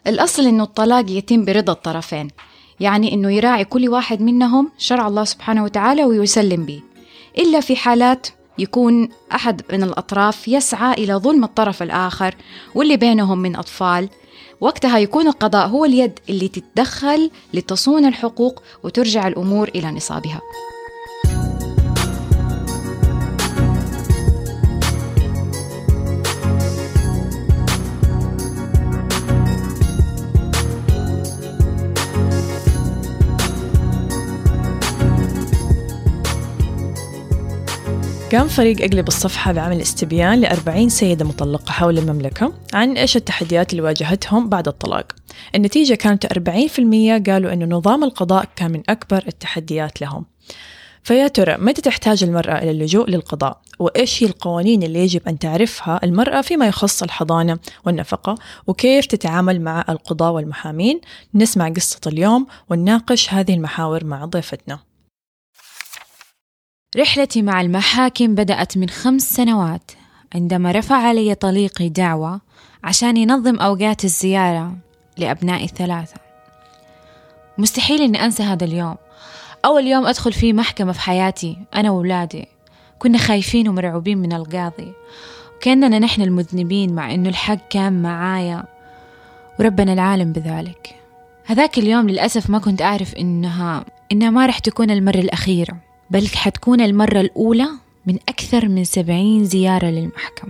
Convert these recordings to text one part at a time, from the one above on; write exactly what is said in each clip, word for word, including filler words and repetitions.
الأصل إنه الطلاق يتم برضا الطرفين، يعني إنه يراعي كل واحد منهم شرع الله سبحانه وتعالى ويسلم به، إلا في حالات يكون أحد من الأطراف يسعى إلى ظلم الطرف الآخر واللي بينهم من أطفال. وقتها يكون القضاء هو اليد اللي تتدخل لتصون الحقوق وترجع الأمور إلى نصابها. قام فريق أقلب الصفحة بعمل استبيان لأربعين سيدة مطلقة حول المملكة عن إيش التحديات اللي واجهتهم بعد الطلاق. النتيجة كانت أربعين بالمئة قالوا أنه نظام القضاء كان من أكبر التحديات لهم. فيا ترى متى تحتاج المرأة إلى اللجوء للقضاء؟ وإيش هي القوانين اللي يجب أن تعرفها المرأة فيما يخص الحضانة والنفقة؟ وكيف تتعامل مع القضاة والمحامين؟ نسمع قصة اليوم ونناقش هذه المحاور مع ضيفتنا. رحلتي مع المحاكم بدأت من خمس سنوات عندما رفع علي طليقي دعوة عشان ينظم أوقات الزيارة لأبنائي الثلاثة. مستحيل أني أنسى هذا اليوم، أول يوم أدخل فيه محكمة في حياتي أنا وولادي. كنا خايفين ومرعوبين من القاضي، وكأننا نحن المذنبين مع أنه الحق كان معايا وربنا العالم بذلك. هذاك اليوم للأسف ما كنت أعرف إنها إنها ما رح تكون المرة الأخيرة، بل حتكون المرة الأولى من أكثر من سبعين زيارة للمحكمة،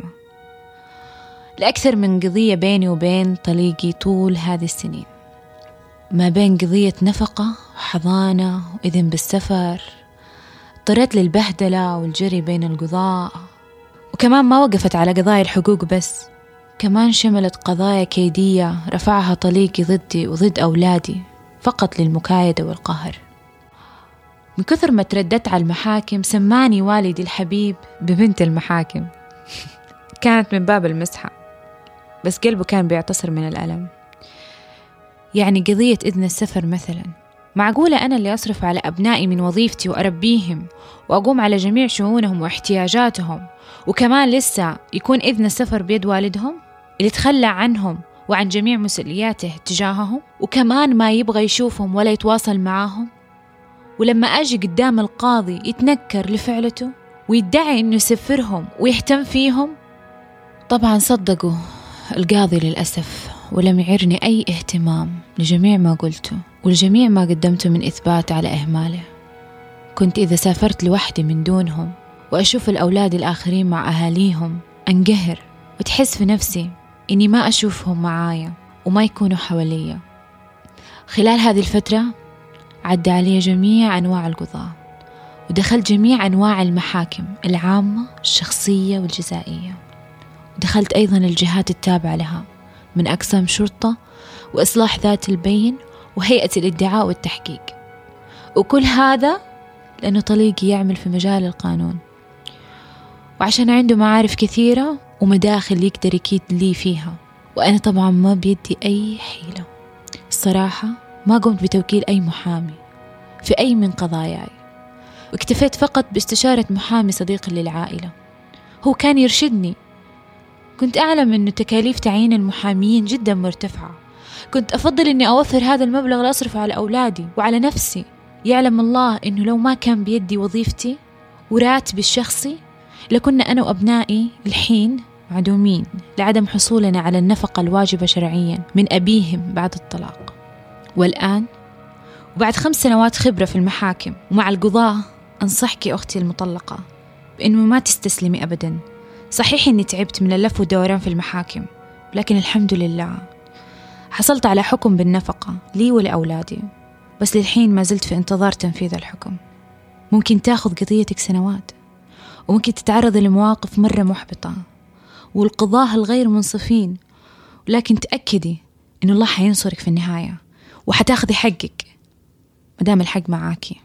لأكثر من قضية بيني وبين طليقي طول هذه السنين، ما بين قضية نفقة وحضانة وإذن بالسفر. اضطريت للبهدلة والجري بين القضاء، وكمان ما وقفت على قضايا الحقوق بس، كمان شملت قضايا كيدية رفعها طليقي ضدي وضد أولادي فقط للمكايدة والقهر. من كثر ما ترددت على المحاكم سماني والدي الحبيب ببنت المحاكم. كانت من باب المسحة، بس قلبه كان بيعتصر من الألم. يعني قضية إذن السفر مثلا، معقولة أنا اللي أصرف على أبنائي من وظيفتي وأربيهم وأقوم على جميع شؤونهم واحتياجاتهم، وكمان لسه يكون إذن السفر بيد والدهم اللي تخلى عنهم وعن جميع مسؤولياته تجاههم، وكمان ما يبغى يشوفهم ولا يتواصل معاهم؟ ولما أجي قدام القاضي يتنكر لفعلته ويدعي إنه يسفرهم ويهتم فيهم. طبعا صدقوا القاضي للأسف، ولم يعرني أي اهتمام لجميع ما قلته ولجميع ما قدمته من إثبات على إهماله. كنت إذا سافرت لوحدي من دونهم وأشوف الأولاد الآخرين مع أهاليهم أنقهر، وتحس في نفسي إني ما أشوفهم معايا وما يكونوا حواليا. خلال هذه الفترة عدى علي جميع أنواع القضاء، ودخلت جميع أنواع المحاكم العامة الشخصية والجزائية، ودخلت أيضا الجهات التابعة لها من أقسام شرطة وإصلاح ذات البين وهيئة الادعاء والتحقيق. وكل هذا لأنه طليقي يعمل في مجال القانون، وعشان عنده معارف كثيرة ومداخل يقدر يكيد لي فيها، وأنا طبعا ما بيدي أي حيلة. الصراحة ما قمت بتوكيل أي محامي في أي من قضاياي، واكتفيت فقط باستشارة محامي صديق للعائلة، هو كان يرشدني. كنت أعلم أنه تكاليف تعيين المحاميين جدا مرتفعة، كنت أفضل أني أوفر هذا المبلغ لأصرف على أولادي وعلى نفسي. يعلم الله أنه لو ما كان بيدي وظيفتي وراتبي الشخصي لكنا أنا وأبنائي الحين معدومين لعدم حصولنا على النفقة الواجبة شرعيا من أبيهم بعد الطلاق. والآن وبعد خمس سنوات خبرة في المحاكم ومع القضاة، أنصحك أختي المطلقة بأنه ما تستسلمي أبدا. صحيح أني تعبت من اللف والدوران في المحاكم، لكن الحمد لله حصلت على حكم بالنفقة لي ولأولادي، بس للحين ما زلت في انتظار تنفيذ الحكم. ممكن تاخذ قضيتك سنوات، وممكن تتعرض لمواقف مرة محبطة والقضاة الغير منصفين، ولكن تأكدي إن الله حينصرك في النهاية وحتاخذي حقك مدام الحق معاكي.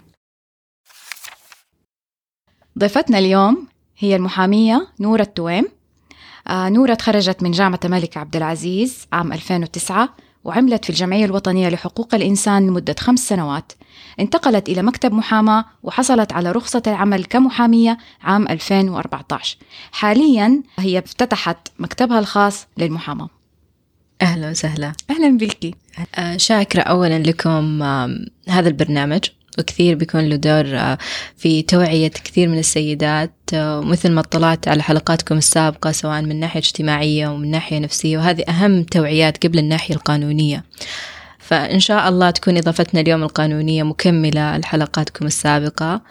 ضيفتنا اليوم هي المحامية نورة التويم. آه نورة تخرجت من جامعة الملك عبد العزيز عام ألفين وتسعة، وعملت في الجمعية الوطنية لحقوق الإنسان لمدة خمس سنوات. انتقلت إلى مكتب محاماة وحصلت على رخصة العمل كمحامية عام ألفين وأربعة عشر. حالياً هي افتتحت مكتبها الخاص للمحاماة. أهلا وسهلا. أهلا بك. شاكرة أولا لكم هذا البرنامج، وكثير بيكون له دور في توعية كثير من السيدات، مثل ما اطلعت على حلقاتكم السابقة سواء من ناحية اجتماعية ومن ناحية نفسية، وهذه أهم توعيات قبل الناحية القانونية. فإن شاء الله تكون إضافتنا اليوم القانونية مكملة لحلقاتكم السابقة،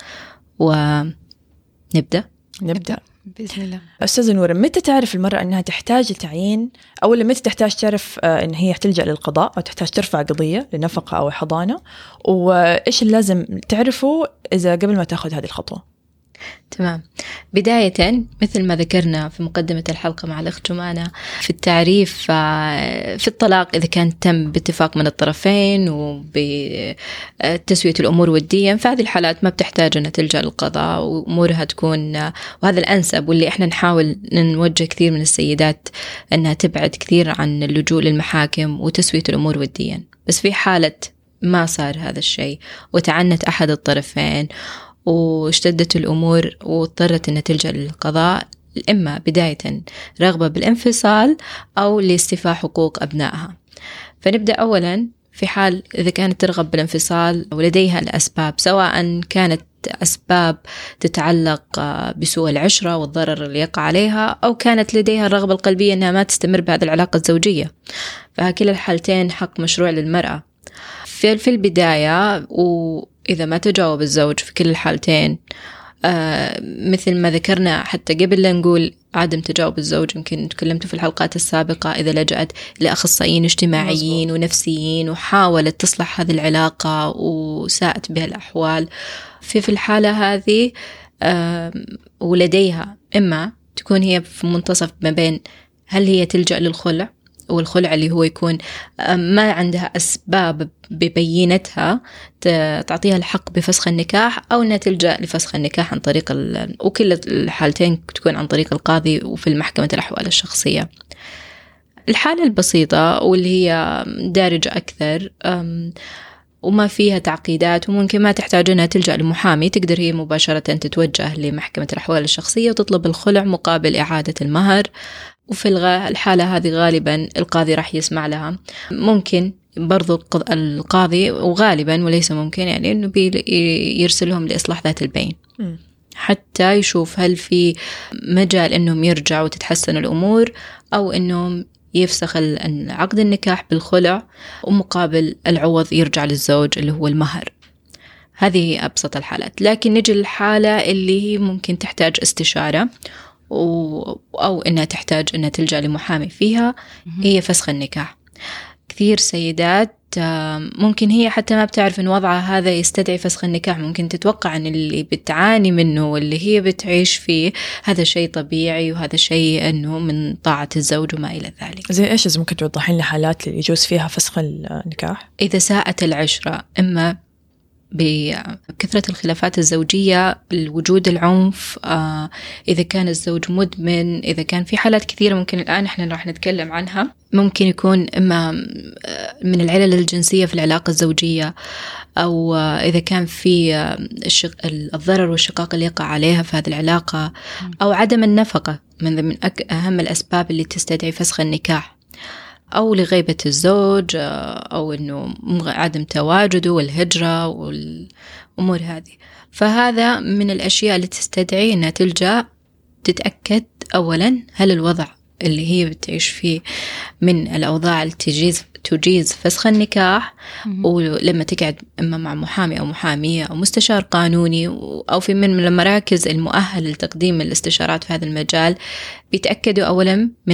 ونبدأ نبدأ بإذن الله. أستاذة نورة، متى تعرف المرأة أنها تحتاج لتعيين، أو متى تحتاج تعرف أن هي تلجأ للقضاء أو تحتاج ترفع قضية لنفقة أو حضانة، وإيش اللي لازم تعرفه إذا قبل ما تأخذ هذه الخطوة؟ تمام. بداية مثل ما ذكرنا في مقدمة الحلقة مع الأخت جمانة في التعريف في الطلاق، إذا كان تم باتفاق من الطرفين وبتسوية الأمور وديا، فهذه الحالات ما بتحتاج أن تلجأ للقضاء وأمورها تكون، وهذا الأنسب واللي إحنا نحاول نوجه كثير من السيدات أنها تبعد كثير عن اللجوء للمحاكم وتسوية الأمور وديا. بس في حالة ما صار هذا الشيء وتعنت أحد الطرفين واشتدت الأمور واضطرت أنها تلجأ للقضاء، إما بداية رغبة بالانفصال أو لاستيفاء حقوق أبنائها. فنبدأ أولا في حال إذا كانت ترغب بالانفصال ولديها الأسباب، سواء كانت أسباب تتعلق بسوء العشرة والضرر اللي يقع عليها، أو كانت لديها الرغبة القلبية أنها ما تستمر بهذه العلاقة الزوجية، فكلا الحالتين حق مشروع للمرأة. في البداية وإذا ما تجاوب الزوج في كل الحالتين، آه مثل ما ذكرنا حتى قبل لا نقول عدم تجاوب الزوج، يمكن تكلمت في الحلقات السابقة، إذا لجأت لأخصائيين اجتماعيين مزبوط. ونفسيين وحاولت تصلح هذه العلاقة وساءت بها الأحوال، في في الحالة هذه آه ولديها إما تكون هي في منتصف ما بين هل هي تلجأ للخلع، والخلع اللي هو يكون ما عندها أسباب ببينتها تعطيها الحق بفسخ النكاح، أو أنها تلجأ لفسخ النكاح عن طريق ال... وكل الحالتين تكون عن طريق القاضي وفي المحكمة الأحوال الشخصية. الحالة البسيطة واللي هي دارجة أكثر وما فيها تعقيدات وممكن ما تحتاج أنها تلجأ لمحامي، تقدر هي مباشرة تتوجه لمحكمة الأحوال الشخصية وتطلب الخلع مقابل إعادة المهر. وفي الحالة هذه غالبا القاضي راح يسمع لها. ممكن برضو القاضي وغالبا وليس ممكن يعني أنه يرسلهم لإصلاح ذات البين حتى يشوف هل في مجال أنهم يرجعوا وتتحسن الأمور، أو أنهم يفسخ عقد النكاح بالخلع ومقابل العوض يرجع للزوج اللي هو المهر. هذه أبسط الحالات. لكن نجي للحالة اللي هي ممكن تحتاج استشارة أو أنها تحتاج أنها تلجأ لمحامي فيها، هي فسخ النكاح. كثير سيدات ممكن هي حتى ما بتعرف أن وضعها هذا يستدعي فسخ النكاح، ممكن تتوقع أن اللي بتعاني منه واللي هي بتعيش فيه هذا شيء طبيعي وهذا شيء أنه من طاعة الزوج وما إلى ذلك. زي إيش إذا ممكن توضحين لي حالات اللي يجوز فيها فسخ النكاح؟ إذا ساءت العشرة، إما بكثرة الخلافات الزوجية، الوجود العنف، آه إذا كان الزوج مدمن، إذا كان في حالات كثيرة ممكن الآن إحنا راح نتكلم عنها، ممكن يكون إما من العلل الجنسية في العلاقة الزوجية، أو آه إذا كان في آه الشق... الضرر والشقاق اللي يقع عليها في هذه العلاقة، أو عدم النفقة من من أهم الأسباب اللي تستدعي فسخ النكاح، أو لغيبة الزوج، أو إنه عدم تواجده والهجرة والأمور هذه. فهذا من الأشياء اللي تستدعي إنها تلجأ تتأكد أولا هل الوضع اللي هي بتعيش فيه من الأوضاع اللي تجيز تجيز فسخ النكاح. ولما تقعد إما مع محامي أو محامية أو مستشار قانوني أو في من المراكز المؤهل لتقديم الاستشارات في هذا المجال، بيتأكدوا أولا من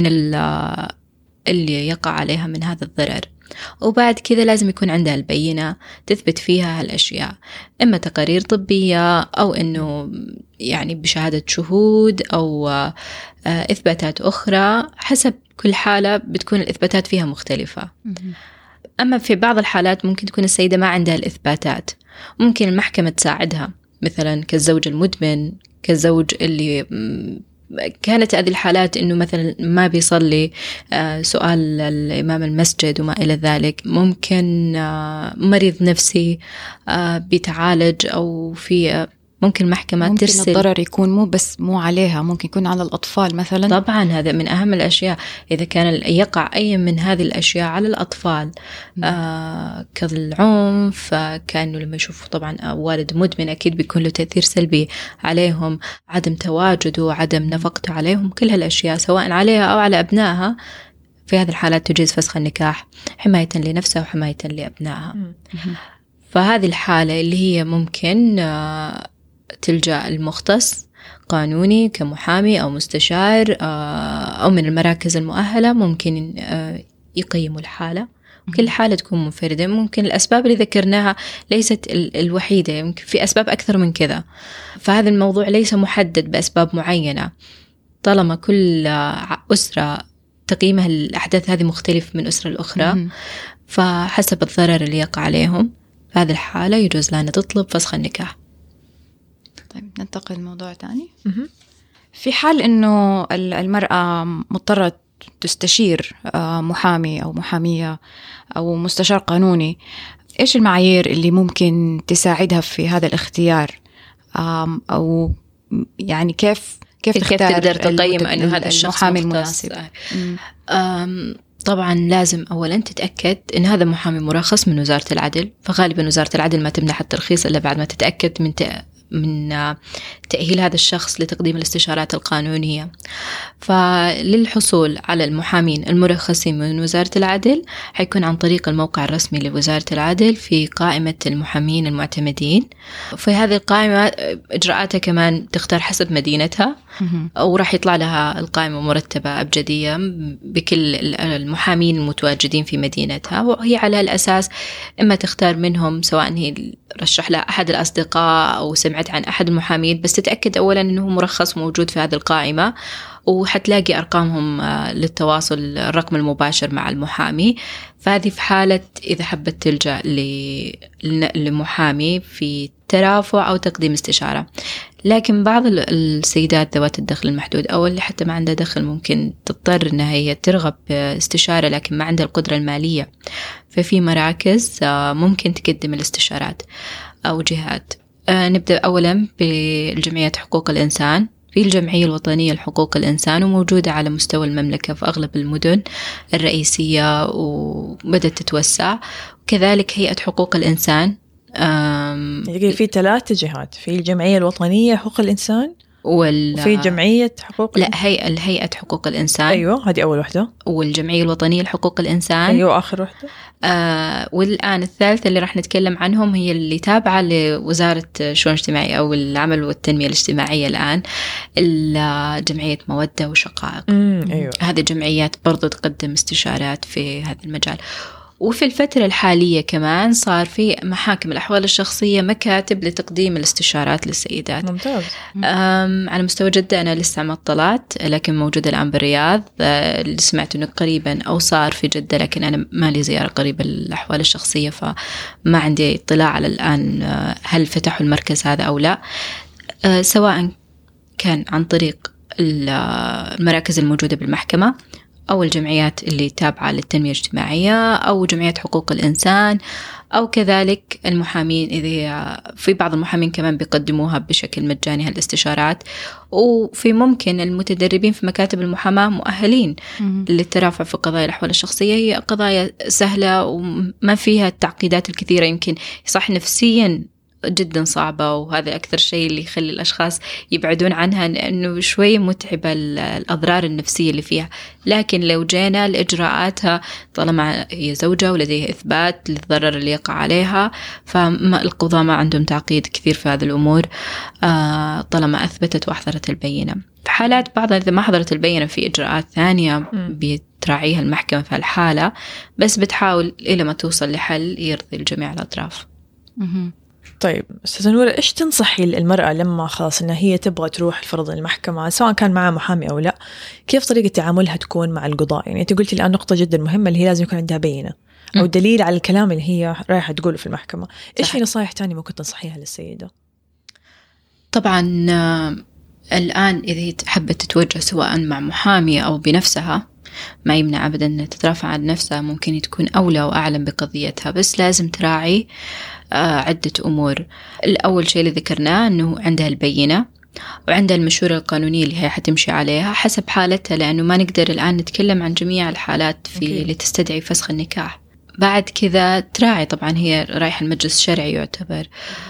اللي يقع عليها من هذا الضرر، وبعد كذا لازم يكون عندها البينة تثبت فيها هالأشياء، إما تقارير طبية أو إنه يعني بشهادة شهود أو إثباتات أخرى، حسب كل حالة بتكون الإثباتات فيها مختلفة. أما في بعض الحالات ممكن تكون السيدة ما عندها الإثباتات، ممكن المحكمة تساعدها، مثلا كالزوج المدمن، كالزوج اللي كانت هذه الحالات إنه مثلا ما بيصلي، سؤال الإمام المسجد وما إلى ذلك، ممكن مريض نفسي بيتعالج أو في ممكن المحكمة ممكن ترسل. الضرر يكون مو بس مو عليها، ممكن يكون على الأطفال مثلا. طبعا هذا من أهم الأشياء، إذا كان يقع أي من هذه الأشياء على الأطفال آه كالعنف، كأنه لما يشوفوا طبعا والد مدمن أكيد بيكون له تأثير سلبي عليهم، عدم تواجده، عدم نفقته عليهم، كل هالأشياء سواء عليها أو على أبنائها. في هذه الحالات تجيز فسخ النكاح حماية لنفسها وحماية لأبنائها. فهذه الحالة اللي هي ممكن آه تلجأ المختص قانوني كمحامي أو مستشار أو من المراكز المؤهلة، ممكن يقيموا الحالة. كل حالة تكون منفردة، ممكن الأسباب اللي ذكرناها ليست الوحيدة، يمكن في أسباب أكثر من كذا. فهذا الموضوع ليس محدد بأسباب معينة، طالما كل أسرة تقييمها الأحداث هذه مختلف من أسرة الأخرى، فحسب الضرر اللي يقع عليهم في هذه الحالة يجوز لنا تطلب فسخ النكاح. طيب ننتقل لموضوع تاني. في حال إنه المرأة مضطرة تستشير محامي أو محامية أو مستشار قانوني، إيش المعايير اللي ممكن تساعدها في هذا الاختيار؟ أو يعني كيف كيف, كيف تقدر تقيم أنه هذا الشخص المحامي المناسب؟ طبعا لازم أولا تتأكد أن هذا محامي مرخص من وزارة العدل، فغالبا وزارة العدل ما تمنح الترخيص إلا بعد ما تتأكد من تأ... من تأهيل هذا الشخص لتقديم الاستشارات القانونية. فللحصول على المحامين المرخصين من وزارة العدل حيكون عن طريق الموقع الرسمي لوزارة العدل في قائمة المحامين المعتمدين. في هذه القائمة إجراءاتها كمان تختار حسب مدينتها، أو راح يطلع لها القائمة مرتبة أبجدية بكل المحامين المتواجدين في مدينتها، وهي على الأساس إما تختار منهم سواء هي رشح لها أحد الأصدقاء أو سمعت عن أحد المحامين، بس تتأكد أولا أنه مرخص موجود في هذه القائمة، وحتلاقي أرقامهم للتواصل الرقم المباشر مع المحامي. فهذه في حالة إذا حبت تلجأ لمحامي في ترافع أو تقديم استشارة. لكن بعض السيدات ذوات الدخل المحدود أو اللي حتى ما عندها دخل ممكن تضطر أنها هي ترغب باستشارة لكن ما عندها القدرة المالية، ففي مراكز ممكن تقدم الاستشارات أو جهات. نبدأ أولا بالجمعيات حقوق الإنسان. في الجمعية الوطنية لحقوق الإنسان وموجودة على مستوى المملكة في أغلب المدن الرئيسية وبدأت تتوسع، وكذلك هيئة حقوق الإنسان. يعني في ثلاث جهات، في الجمعية الوطنية حقوق الإنسان وال... وفي جمعية حقوق لا هيئة الهيئة حقوق الإنسان. أيوة هذه أول واحدة. والجمعية الوطنية لحقوق الإنسان. أيوة آخر واحدة. آه والآن الثالثة اللي راح نتكلم عنهم هي اللي تابعة لوزارة الشؤون الاجتماعية أو العمل والتنمية الاجتماعية الآن، جمعية مودة وشقائق. أيوة. هذه جمعيات برضو تقدم استشارات في هذا المجال. وفي الفترة الحالية كمان صار في محاكم الأحوال الشخصية مكاتب لتقديم الاستشارات للسيدات. ممتاز. على مستوى جدة أنا لسه ما اطلعت، لكن موجودة الآن بالرياض. اللي سمعت إنه قريبا أو صار في جدة، لكن أنا ما لي زيارة قريبة الأحوال الشخصية فما عندي اطلاع على الآن هل فتحوا المركز هذا أو لا، سواء كان عن طريق المراكز الموجودة بالمحكمة أو الجمعيات اللي تابعة للتنمية الاجتماعية أو جمعيات حقوق الإنسان، أو كذلك المحامين إذا في بعض المحامين كمان بيقدموها بشكل مجاني هالاستشارات. وفي ممكن المتدربين في مكاتب المحاماة مؤهلين للترافع في قضايا الأحوال الشخصية. هي قضايا سهلة وما فيها التعقيدات الكثيرة، يمكن صح نفسيا جدا صعبة، وهذا أكثر شيء اللي يخلي الأشخاص يبعدون عنها، لأنه شوي متعبة الأضرار النفسية اللي فيها. لكن لو جينا لإجراءاتها طالما هي زوجة ولديها إثبات للضرر اللي يقع عليها، فالقضاء ما عندهم تعقيد كثير في هذه الأمور طالما أثبتت وأحضرت البينة. في حالات بعضها إذا ما حضرت البينة في إجراءات ثانية بتراعيها المحكمة في الحالة، بس بتحاول إلى ما توصل لحل يرضي الجميع الأطراف. طيب أستاذة نورة، إيش تنصحي المرأة لما خلاص إنها هي تبغى تروح الفرض المحكمة سواء كان معها محامي أو لا، كيف طريقة تعاملها تكون مع القضاء؟ يعني أنت قلتي الآن نقطة جدا مهمة اللي هي لازم يكون عندها بينة أو دليل على الكلام اللي هي رايحة تقوله في المحكمة. إيش في نصائح تانية ممكن تنصحيها للسيدة؟ طبعا الآن إذا هي حبت تتوجه سواء مع محامي أو بنفسها، ما يمنع أبدا أن تترافع عن نفسها، ممكن تكون أولى وأعلم بقضيتها، بس لازم تراعي عدة أمور. الأول شيء اللي ذكرناه أنه عندها البينة وعندها المشورة القانونية اللي هي حتمشي عليها حسب حالتها، لأنه ما نقدر الآن نتكلم عن جميع الحالات في okay. اللي تستدعي فسخ النكاح. بعد كذا تراعي طبعا هي رايحة المجلس الشرعي يعتبر،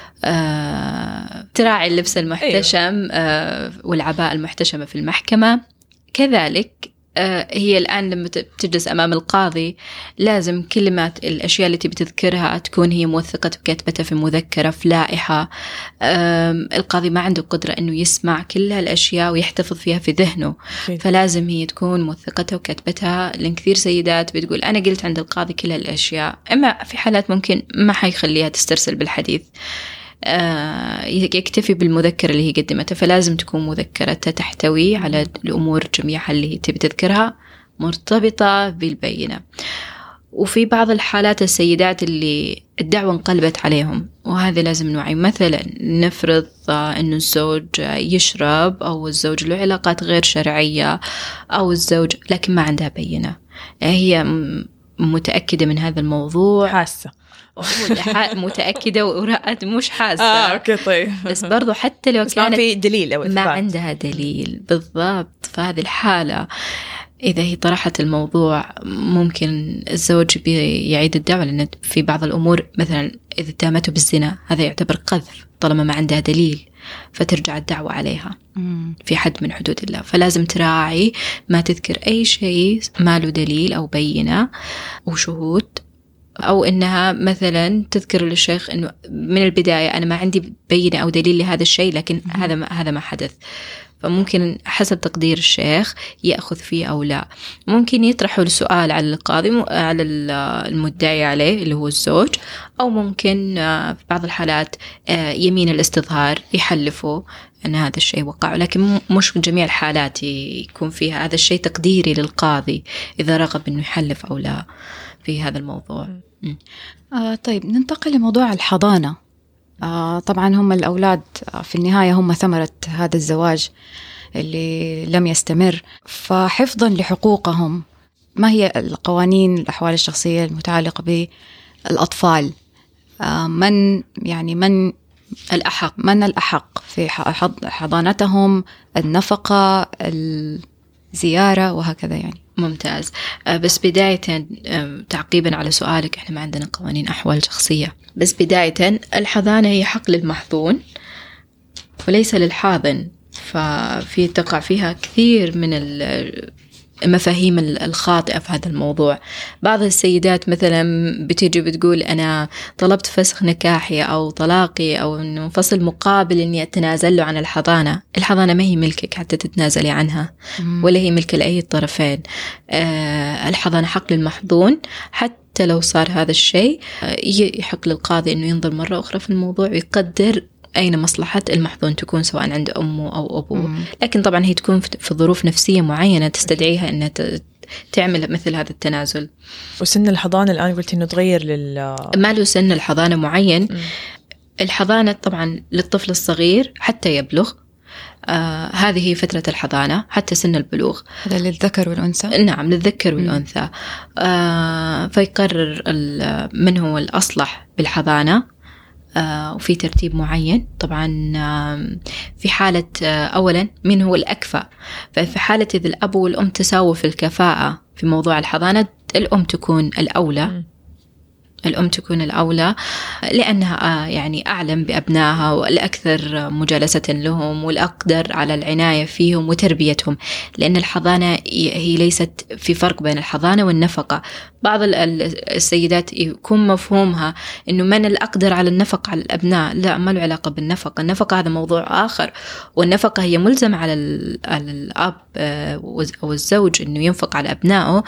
آه، تراعي اللبس المحتشم آه، والعباءة المحتشمة في المحكمة. كذلك هي الآن لما تجلس أمام القاضي لازم كلمات الأشياء التي بتذكرها تكون هي موثقة بكتبتها في مذكرة في لائحة. القاضي ما عنده قدرة أنه يسمع كل هالأشياء ويحتفظ فيها في ذهنه، فلازم هي تكون موثقتها وكتبتها، لأن كثير سيدات بتقول أنا قلت عند القاضي كل هالأشياء، أما في حالات ممكن ما حيخليها تسترسل بالحديث، آه يكتفي بالمذكرة اللي هي قدمتها. فلازم تكون مذكرتها تحتوي على الأمور جميعها اللي هي تبي تذكرها مرتبطة بالبينة. وفي بعض الحالات السيدات اللي الدعوة انقلبت عليهم، وهذا لازم نوعي. مثلا نفرض أنه الزوج يشرب أو الزوج له علاقات غير شرعية أو الزوج لكن ما عندها بينة، هي متأكدة من هذا الموضوع، حاسة متأكدة ورأت مش حاسة آه، أوكي طيب. بس برضو حتى لو كانت ما في دليل أو ما عندها دليل بالضبط، فهذه الحالة إذا هي طرحت الموضوع ممكن الزوج بيعيد الدعوة، لأن في بعض الأمور مثلا إذا اتهمته بالزنا هذا يعتبر قذف طالما ما عندها دليل، فترجع الدعوة عليها في حد من حدود الله. فلازم تراعي ما تذكر أي شيء ما له دليل أو بينة وشهود، أو إنها مثلا تذكر للشيخ إنه من البداية أنا ما عندي بينة أو دليل لهذا الشيء، لكن هذا ما هذا ما حدث. فممكن حسب تقدير الشيخ يأخذ فيه أو لا. ممكن يطرحوا السؤال على القاضي على المدعي عليه اللي هو الزوج، أو ممكن في بعض الحالات يمين الاستظهار يحلفوا أن هذا الشيء وقع، لكن مش من جميع الحالات يكون فيها هذا الشيء تقديري للقاضي إذا رغب إنه يحلف أو لا في هذا الموضوع. آه طيب ننتقل لموضوع الحضانة. آه طبعا هم الأولاد في النهاية هم ثمرة هذا الزواج اللي لم يستمر، فحفظا لحقوقهم ما هي القوانين الأحوال الشخصية المتعلقة بالأطفال؟ آه من يعني من الأحق من الأحق في حضانتهم، النفقة، الزيارة وهكذا يعني؟ ممتاز. بس بداية تعقيبا على سؤالك، احنا ما عندنا قوانين أحوال شخصية، بس بداية الحضانة هي حق للمحظون وليس للحاضن، ففي تقع فيها كثير من المفاهيم الخاطئة في هذا الموضوع. بعض السيدات مثلا بتيجي بتقول أنا طلبت فسخ نكاحي أو طلاقي أو إنه فصل مقابل إني أتنازل له عن الحضانة. الحضانة ما هي ملكك حتى تتنازلي عنها، ولا هي ملك لأي الطرفين. آه الحضانة حق للمحظون، حتى لو صار هذا الشيء يحق للقاضي إنه ينظر مرة أخرى في الموضوع ويقدر أين مصلحة المحظون تكون، سواء عند أمه أو أبوه. مم. لكن طبعا هي تكون في ظروف نفسية معينة تستدعيها أنها تعمل مثل هذا التنازل. وسن الحضانة الآن قلت إنه تغير لل ما له سن الحضانة معين. مم. الحضانة طبعا للطفل الصغير حتى يبلغ، آه هذه هي فترة الحضانة حتى سن البلوغ. هذا للذكر والأنثى؟ نعم للذكر والأنثى. آه فيقرر من هو الأصلح بالحضانة، آه وفي ترتيب معين. طبعا آه في حالة آه أولا من هو الأكفأ، ففي حالة إذا الأب والأم تساووا في الكفاءة في موضوع الحضانة الأم تكون الأولى. م. الأم تكون الأولى لأنها يعني أعلم بأبنائها والأكثر مجالسة لهم والأقدر على العناية فيهم وتربيتهم، لأن الحضانة هي ليست في فرق بين الحضانة والنفقة. بعض السيدات يكون مفهومها إنه من الأقدر على النفقة على الأبناء، لا، ما له علاقة بالنفقة. النفقة هذا موضوع آخر، والنفقة هي ملزمة على الأب أو الزوج إنه ينفق على أبنائه،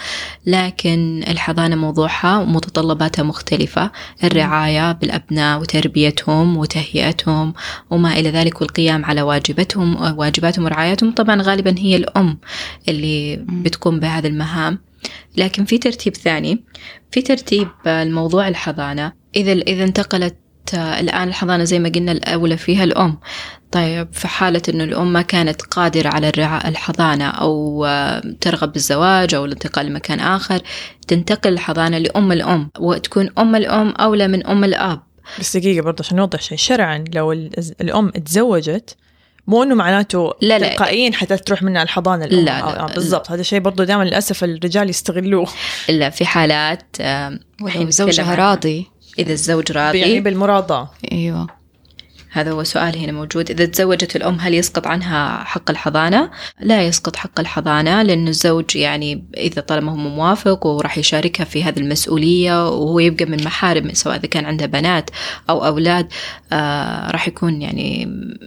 لكن الحضانة موضوعها ومتطلباتها مختلفة. الرعاية بالأبناء وتربيتهم وتهيئتهم وما إلى ذلك، والقيام على واجباتهم واجباتهم ورعايتهم. طبعا غالبا هي الأم اللي بتقوم بهذه المهام. لكن في ترتيب ثاني، في ترتيب الموضوع الحضانة. إذا إذا انتقلت الآن الحضانة زي ما قلنا الأولى فيها الأم. طيب في حالة أنه الأم ما كانت قادرة على الرعاية الحضانة أو ترغب بالزواج أو الانتقال لمكان آخر، تنتقل الحضانة لأم الأم، وتكون أم الأم أولى من أم الأب. بس دقيقة برضه عشان نوضح شيء، شرعا لو الأم تزوجت مو إنه معناته لا لا تلقائيا حتى تروح منها الحضانة الأم. لا لا آه بالضبط، هذا شيء برضه دائما للأسف الرجال يستغلوه. إلا في حالات ولو زوجها راضي، إذا الزوج راضي يعني بالمراضاة. أيوة هذا هو سؤال هنا موجود. إذا تزوجت الأم هل يسقط عنها حق الحضانة؟ لا يسقط حق الحضانة، لأن الزوج يعني إذا طالما هو موافق وراح يشاركها في هذه المسؤولية وهو يبقى من محارم، سواء إذا كان عنده بنات أو أولاد، آه راح يكون يعني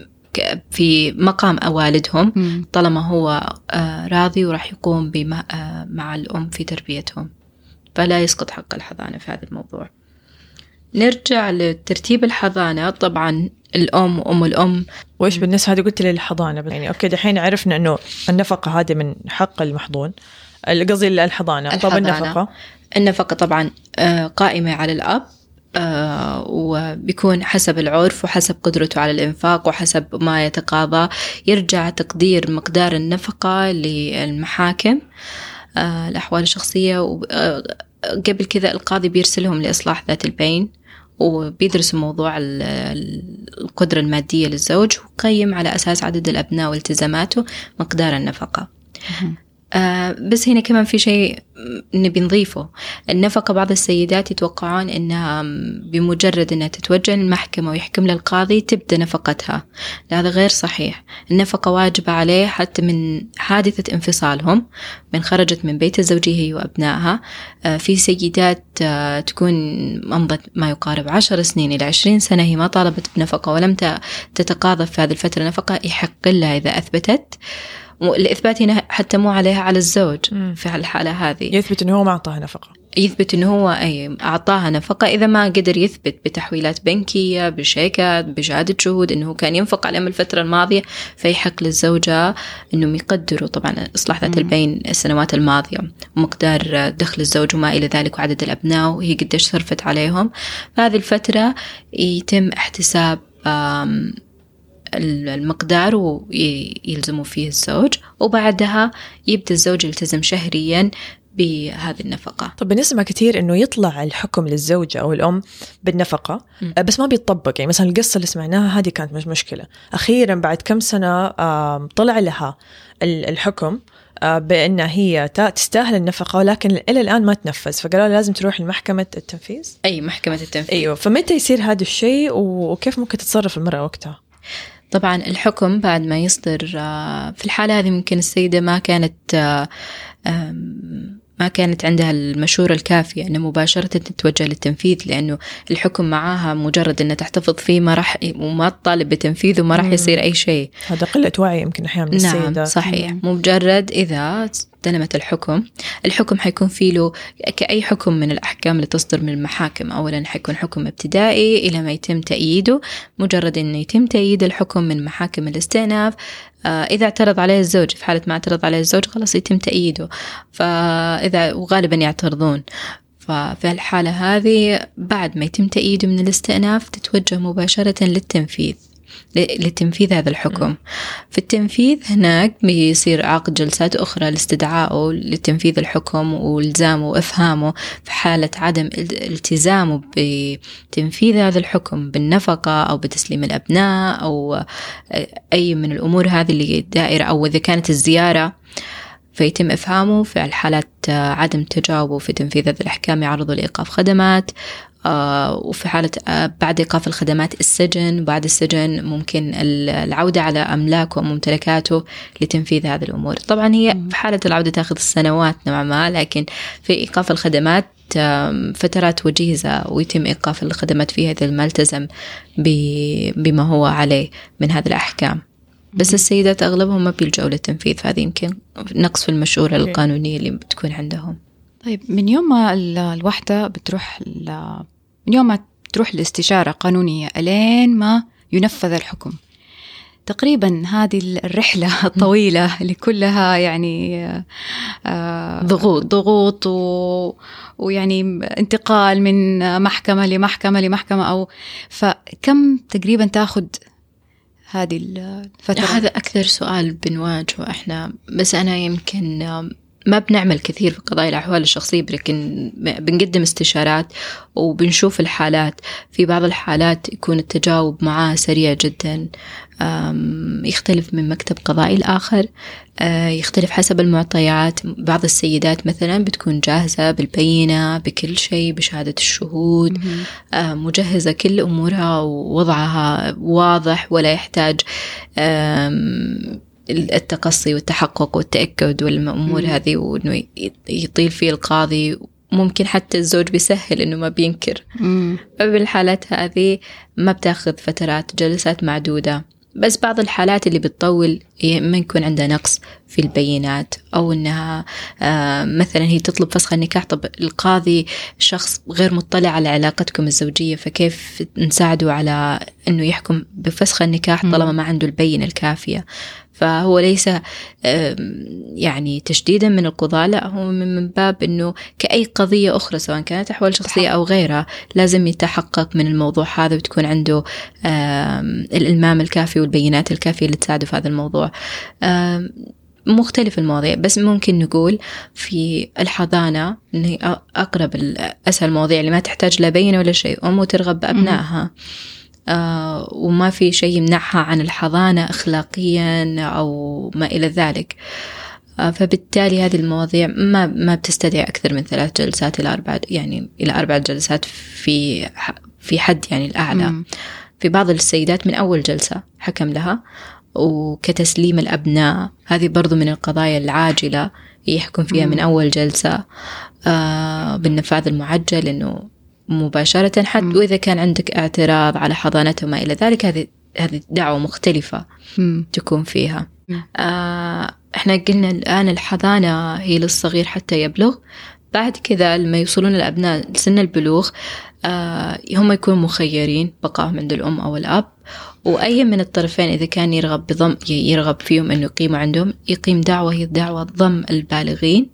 في مقام والدهم طالما هو آه راضي وراح يقوم بما آه مع الأم في تربيتهم، فلا يسقط حق الحضانة في هذا الموضوع. نرجع لترتيب الحضانة. طبعا الأم وأم الأم. وإيش بالنسبة هذه قلت لي الحضانة يعني أوكي دحين عرفنا إنه النفقة هذه من حق المحضون، قصدي الحضانة. طب النفقة النفقة طبعا قائمة على الأب، وبيكون حسب العرف وحسب قدرته على الإنفاق وحسب ما يتقاضى. يرجع تقدير مقدار النفقة للمحاكم الأحوال الشخصية، وقبل كذا القاضي بيرسلهم لإصلاح ذات البين وبيدرسوا موضوع القدرة المادية للزوج وقيم على أساس عدد الأبناء والتزاماته مقدار النفقة. آه بس هنا كمان في شيء نبي نضيفه. النفقة بعض السيدات يتوقعون إنها بمجرد أنها تتوجه للمحكمة ويحكم للقاضي تبدأ نفقتها. هذا غير صحيح. النفقة واجبة عليه حتى من حادثة انفصالهم، من خرجت من بيت الزوجية هي وأبنائها. آه في سيدات آه تكون مضت ما يقارب عشر سنين إلى عشرين سنة هي ما طالبت بنفقة ولم تتقاضى في هذه الفترة نفقة، يحق لها إذا أثبتت. والإثبات هنا حتى مو عليها على الزوج م. في الحالة هذه يثبت إنه هو ما أعطاها نفقة، يثبت إنه هو أي أعطاها نفقة. إذا ما قدر يثبت بتحويلات بنكية بشيكات بشهادة شهود إنه كان ينفق عليهم الفترة الماضية، فيحق للزوجة إنهم يقدروا طبعا إصلاح ذات البين السنوات الماضية ومقدار دخل الزوج وما إلى ذلك وعدد الأبناء وهي قديش صرفت عليهم. فهذه الفترة يتم احتساب المقدار ويلزموا فيه الزوج، وبعدها يبدأ الزوج يلتزم شهريا بهذه النفقة. طب بنسمع كثير إنه يطلع الحكم للزوجة أو الأم بالنفقة م. بس ما بيتطبق. يعني مثلا القصة اللي سمعناها هذه كانت مش مشكلة، أخيرا بعد كم سنة طلع لها الحكم بأنها هي تستاهل النفقة، ولكن إلى الآن ما تنفذ، فقالوا لازم تروح لمحكمة التنفيذ. أي محكمة التنفيذ. أيوة. فمتى يصير هذا الشيء وكيف ممكن تتصرف المرأة وقتها؟ طبعا الحكم بعد ما يصدر في الحالة هذه ممكن السيدة ما كانت ما كانت عندها المشورة الكافية أنه مباشرة تتوجه للتنفيذ، لأنه الحكم معاها مجرد أنها تحتفظ فيه ما راح وما تطالب بتنفيذه وما راح يصير أي شيء. هذا قلة وعي يمكن أحيانا من السيدة. نعم صحيح. مجرد إذا استلمت الحكم، الحكم حيكون فيه له كأي حكم من الأحكام اللي تصدر من المحاكم. أولا حيكون حكم ابتدائي إلى ما يتم تأييده. مجرد أنه يتم تأييد الحكم من محاكم الاستئناف، إذا اعترض عليه الزوج، في حالة ما اعترض عليه الزوج خلاص يتم تأييده، فإذا وغالبا يعترضون. ففي الحالة هذه بعد ما يتم تأييده من الاستئناف تتوجه مباشرة للتنفيذ لتنفيذ هذا الحكم. في التنفيذ هناك بيصير عقد جلسات أخرى لاستدعائه لتنفيذ الحكم والزامه وإفهامه. في حالة عدم التزامه بتنفيذ هذا الحكم بالنفقة أو بتسليم الأبناء أو أي من الأمور هذه اللي دائرة، أو إذا كانت الزيارة فيتم إفهامه. في الحالات عدم تجاوبه في تنفيذ هذه الأحكام يعرضوا لإيقاف خدمات. آه وفي حالة آه بعد إيقاف الخدمات السجن، بعد السجن ممكن العودة على أملاكه وممتلكاته لتنفيذ هذه الأمور. طبعا هي في حالة العودة تأخذ السنوات نوعا ما، لكن في إيقاف الخدمات آه فترات وجيزة ويتم إيقاف الخدمات فيها إذا ما التزم بما هو عليه من هذه الأحكام. بس السيدات أغلبهم ما بيلجأوا للتنفيذ، فهذه يمكن نقص في المشورة القانونية اللي بتكون عندهم. طيب من يوم ما الوحدة بتروح من يوم ما تروح الاستشارة قانونية ألين ما ينفذ الحكم، تقريبا هذه الرحلة الطويلة اللي كلها يعني ضغوط ضغوط و... ويعني انتقال من محكمة لمحكمة لمحكمة، أو فكم تقريبا تأخذ هذه الفترة؟ هذا أكثر سؤال بنواجهه إحنا، بس أنا يمكن ما بنعمل كثير في قضايا الأحوال الشخصية، لكن بنقدم استشارات وبنشوف الحالات. في بعض الحالات يكون التجاوب معها سريع جدا، يختلف من مكتب قضائي الآخر، يختلف حسب المعطيات. بعض السيدات مثلا بتكون جاهزة بالبينة بكل شيء، بشهادة الشهود، مجهزة كل أمورها ووضعها واضح، ولا يحتاج التقصي والتحقق والتأكد والأمور هذه، وإنه يطيل فيه القاضي. ممكن حتى الزوج بيسهل إنه ما بينكر. فبالحالات هذه ما بتاخذ فترات، جلسات معدودة. بس بعض الحالات اللي بتطول ما يكون عندها نقص في البينات، أو إنها مثلا هي تطلب فسخ النكاح. طب القاضي شخص غير مطلع على علاقتكم الزوجية، فكيف نساعده على إنه يحكم بفسخ النكاح طالما ما عنده البينة الكافية؟ فهو ليس يعني تشديدا من القضاء، لا، هو من باب أنه كأي قضية أخرى سواء كانت أحوال شخصية أو غيرها، لازم يتحقق من الموضوع هذا وتكون عنده الإلمام الكافي والبينات الكافية اللي تساعده في هذا الموضوع. مختلف المواضيع، بس ممكن نقول في الحضانة إنه أقرب الأسهل المواضيع اللي ما تحتاج لا بينة ولا شيء، أم ترغب بأبنائها آه وما في شيء يمنعها عن الحضانة أخلاقيا أو ما إلى ذلك. آه فبالتالي هذه المواضيع ما ما بتستدعي أكثر من ثلاث جلسات إلى أربع، يعني إلى أربع جلسات في في حد يعني الأعلى. م. في بعض السيدات من أول جلسة حكم لها، وكتسليم الأبناء هذه برضو من القضايا العاجلة يحكم فيها م. من أول جلسة آه بالنفاذ المعجل، إنه مباشرة حتى. وإذا كان عندك اعتراض على حضانته وما إلى ذلك، هذه هذه دعوة مختلفة م. تكون فيها. آه إحنا قلنا الآن الحضانة هي للصغير حتى يبلغ. بعد كذا لما يوصلون الأبناء لسن البلوغ آه هم يكونوا مخيرين بقائهم عند الأم أو الأب، وأي من الطرفين إذا كان يرغب بضم يرغب فيهم إنه يقيموا عندهم، يقيم دعوة هي دعوة ضم البالغين.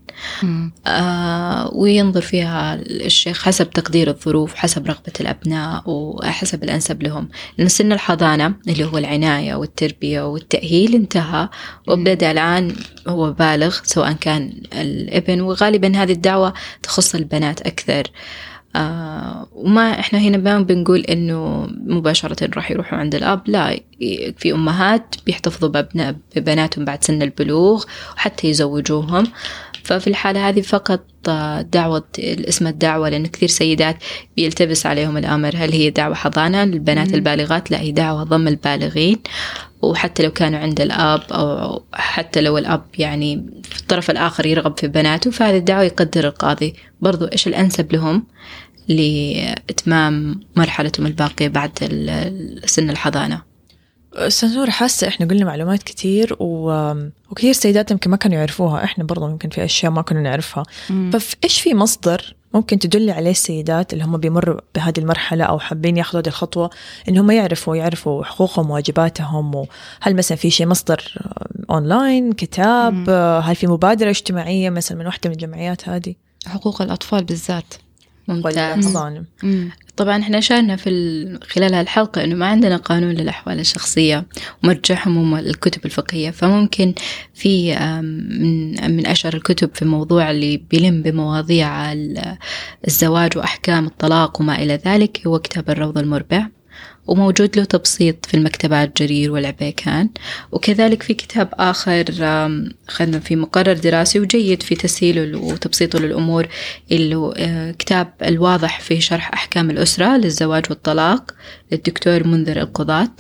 آه وينظر فيها الشيخ حسب تقدير الظروف، حسب رغبة الأبناء وحسب الأنسب لهم. لأن سن الحضانة اللي هو العناية والتربية والتأهيل انتهى، وبدأ الآن هو بالغ سواء كان الابن، وغالبا هذه الدعوة تخص البنات أكثر. آه وما إحنا هنا ما بنقول إنه مباشرة راح يروحوا عند الأب، لا، في أمهات بيحتفظوا بأبناء ببناتهم بعد سن البلوغ وحتى يزوجوهم. ففي الحالة هذه فقط دعوة اسم الدعوة، لأن كثير سيدات بيلتبس عليهم الأمر، هل هي دعوة حضانة للبنات البالغات؟ لا، هي دعوة ضم البالغين. وحتى لو كانوا عند الأب، أو حتى لو الأب يعني في الطرف الآخر يرغب في بناته، فهذه الدعوة يقدر القاضي برضو إيش الأنسب لهم لإتمام مرحلتهم الباقية بعد سن الحضانة. سنور، حاسة إحنا قلنا معلومات كتير و... وكثير سيدات يمكن ما كانوا يعرفوها، إحنا برضو يمكن في أشياء ما كنا نعرفها. فإيش في مصدر ممكن تدل عليه السيدات اللي هم بيمروا بهذه المرحلة أو حابين ياخذوا هذه الخطوة، إن هم يعرفوا يعرفوا حقوقهم وواجباتهم؟ وهل مثلا في شيء مصدر أونلاين، كتاب؟ مم. هل في مبادرة اجتماعية مثلا من واحدة من الجمعيات هذه؟ حقوق الأطفال بالذات. ممتاز. طبعا احنا شارنا في خلال هالحلقة انه ما عندنا قانون للأحوال الشخصية، ومرجعهم هم الكتب الفقهية. فممكن في من من أشهر الكتب في الموضوع اللي بيلم بمواضيع الزواج وأحكام الطلاق وما إلى ذلك هو كتاب الروض المربع، وموجود له تبسيط في المكتبات جرير والعبيكان. وكذلك في كتاب آخر خدنا في مقرر دراسي وجيد في تسهيله وتبسيطه للأمور، اللي كتاب الواضح في شرح أحكام الأسرة للزواج والطلاق للدكتور منذر القضاة.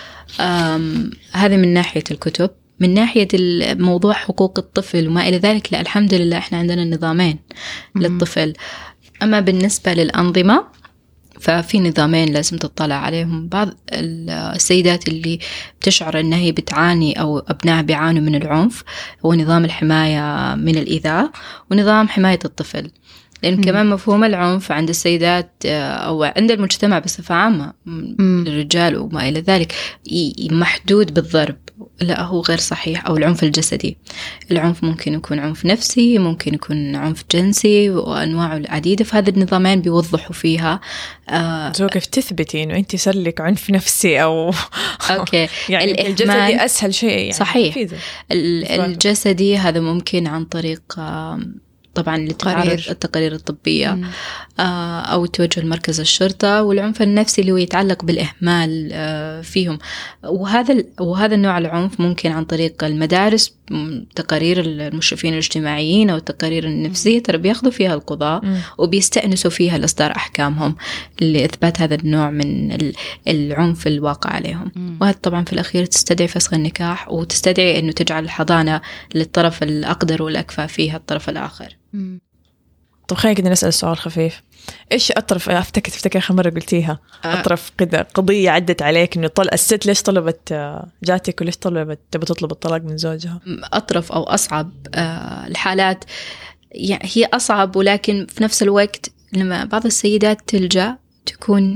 هذا من ناحية الكتب. من ناحية الموضوع حقوق الطفل وما إلى ذلك، لا، الحمد لله إحنا عندنا نظامين للطفل. أما بالنسبة للأنظمة ففي نظامين لازم تطلع عليهم. بعض السيدات اللي بتشعر أنها هي بتعاني أو أبناء بيعانوا من العنف، هو نظام الحماية من الإيذاء ونظام حماية الطفل. لأن كمان مفهوم العنف عند السيدات أو عند المجتمع بصفة عامة، الرجال وما إلى ذلك، محدود بالضرب. لا، هو غير صحيح. أو العنف الجسدي، العنف ممكن يكون عنف نفسي، ممكن يكون عنف جنسي، وأنواعه العديدة. فهذا النظامين بيوضحوا فيها آه زو كيف تثبتي إنه أنت صار لك عنف نفسي أو أوكي. يعني الجسدي أسهل شيء يعني. صحيح. الجسدي هذا ممكن عن طريق آه طبعا لتعرض التقارير الطبية مم. أو توجه مركز الشرطة. والعنف النفسي اللي هو يتعلق بالإهمال فيهم، وهذا وهذا النوع العنف ممكن عن طريق المدارس، تقارير المشرفين الاجتماعيين أو التقارير النفسية ترى بياخذوا فيها القضاء مم. وبيستأنسوا فيها لإصدار أحكامهم لإثبات هذا النوع من العنف الواقع عليهم. مم. وهذا طبعا في الأخير تستدعي فسخ النكاح، وتستدعي أنه تجعل الحضانة للطرف الأقدر والأكفى فيها الطرف الآخر. طب خلينا كده نسأل سؤال خفيف. إيش أطرف أفتكر تفتكر آخر مرة قلتيها آه. أطرف كده قضية عدت عليك إنه طل الست ليش طلبت جاتك وليش طلبت تبي تطلب الطلاق من زوجها؟ أطرف أو أصعب آه الحالات، يعني هي أصعب، ولكن في نفس الوقت لما بعض السيدات تلجأ تكون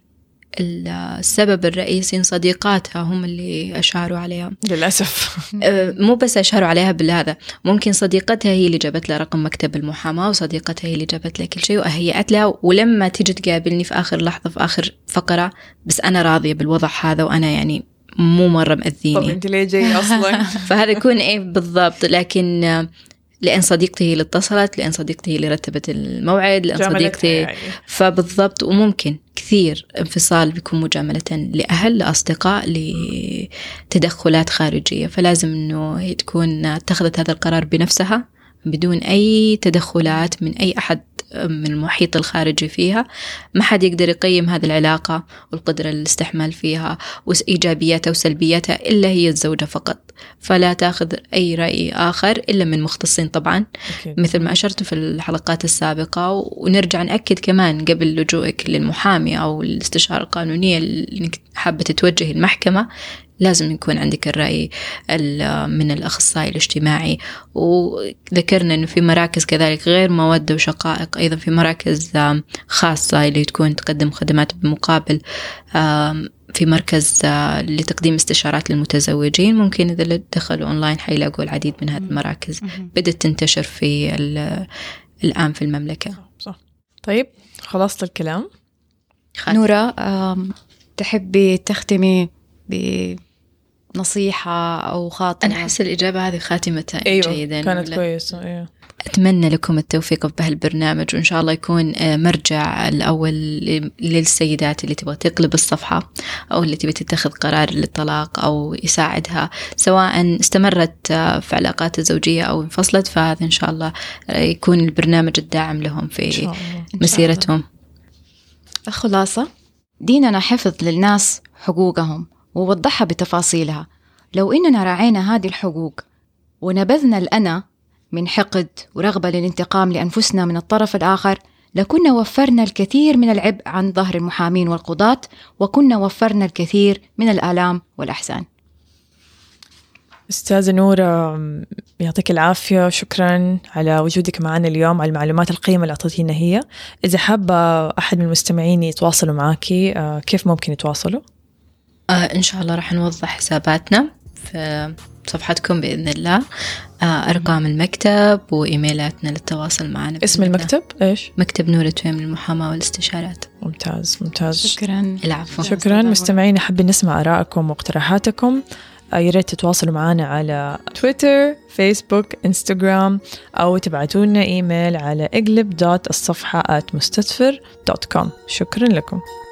السبب الرئيسي صديقاتها هم اللي أشاروا عليها للأسف. مو بس أشاروا عليها بالهذا، ممكن صديقتها هي اللي جابت لها رقم مكتب المحاماة، وصديقتها هي اللي جابت لها كل شيء وأهيأت لها، ولما تيجي تقابلني في آخر لحظة في آخر فقرة بس أنا راضية بالوضع هذا وأنا يعني مو مرة مأذيني. طب أنت ليه جاي أصلا؟ فهذا يكون إيه بالضبط. لكن لأن صديقتي هي اللي اتصلت، لأن صديقتي هي اللي رتبت الموعد، لأن صديقتي يعني. فبالضبط. وممكن كثير انفصال بيكون مجاملة لأهل، لأصدقاء، لتدخلات خارجية. فلازم أنه هي تكون اتخذت هذا القرار بنفسها بدون أي تدخلات من أي أحد من المحيط الخارجي فيها. ما حد يقدر يقيم هذه العلاقة والقدرة للاستحمال فيها وإيجابياتها وسلبياتها إلا هي الزوجة فقط. فلا تأخذ أي رأي آخر إلا من مختصين طبعا أوكي. مثل ما أشرت في الحلقات السابقة. ونرجع نأكد كمان قبل لجوئك للمحامي أو الاستشارة القانونية اللي حابة تتوجه المحكمة، لازم يكون عندك الرأي من الأخصائي الاجتماعي. وذكرنا أنه في مراكز كذلك غير مودة وشقائق، أيضا في مراكز خاصة اللي تكون تقدم خدمات بمقابل، في مركز لتقديم استشارات للمتزوجين. ممكن إذا دخلوا أونلاين حيلاقوا العديد من هذه المراكز بدأت تنتشر في الآن في المملكة. صح. طيب خلاص الكلام. نورة، تحبي تختمي بنصيحة أو خاطرة؟ أنا أحس الإجابة هذه خاتمتها أيوة جيدا، كانت كويسة. أيوة. أتمنى لكم التوفيق بهالبرنامج، وإن شاء الله يكون مرجع الأول للسيدات اللي تبغى تقلب الصفحة أو اللي تبغى تتخذ قرار للطلاق أو يساعدها، سواء استمرت في علاقات الزوجية أو انفصلت. فهذا إن شاء الله يكون البرنامج الداعم لهم في مسيرتهم. الخلاصة، ديننا حفظ للناس حقوقهم ووضحها بتفاصيلها. لو إننا راعينا هذه الحقوق ونبذنا الأنا من حقد ورغبة للانتقام لأنفسنا من الطرف الآخر، لكنا وفرنا الكثير من العبء عن ظهر المحامين والقضاة، وكنا وفرنا الكثير من الآلام والأحزان. أستاذة نورة، يعطيك العافية، شكرا على وجودك معنا اليوم، على المعلومات القيمة اللي أعطيتينا هي. إذا حابة أحد من المستمعين يتواصلوا معاكي، كيف ممكن يتواصلوا؟ آه إن شاء الله راح نوضح حساباتنا في صفحتكم بإذن الله، آه أرقام المكتب وإيميلاتنا للتواصل معنا. اسم المكتب إيش؟ مكتب نورة تويم للمحاماة والاستشارات. ممتاز ممتاز. شكرا. العفو. شكرا. مستمعين، أحب نسمع آرائكم واقتراحاتكم. يا ريت تتواصلوا معنا على تويتر، فيسبوك، انستغرام، أو تبعتوا لنا إيميل على اقلب دوت الصفحة آت مستدفر دوت كوم. شكرا لكم.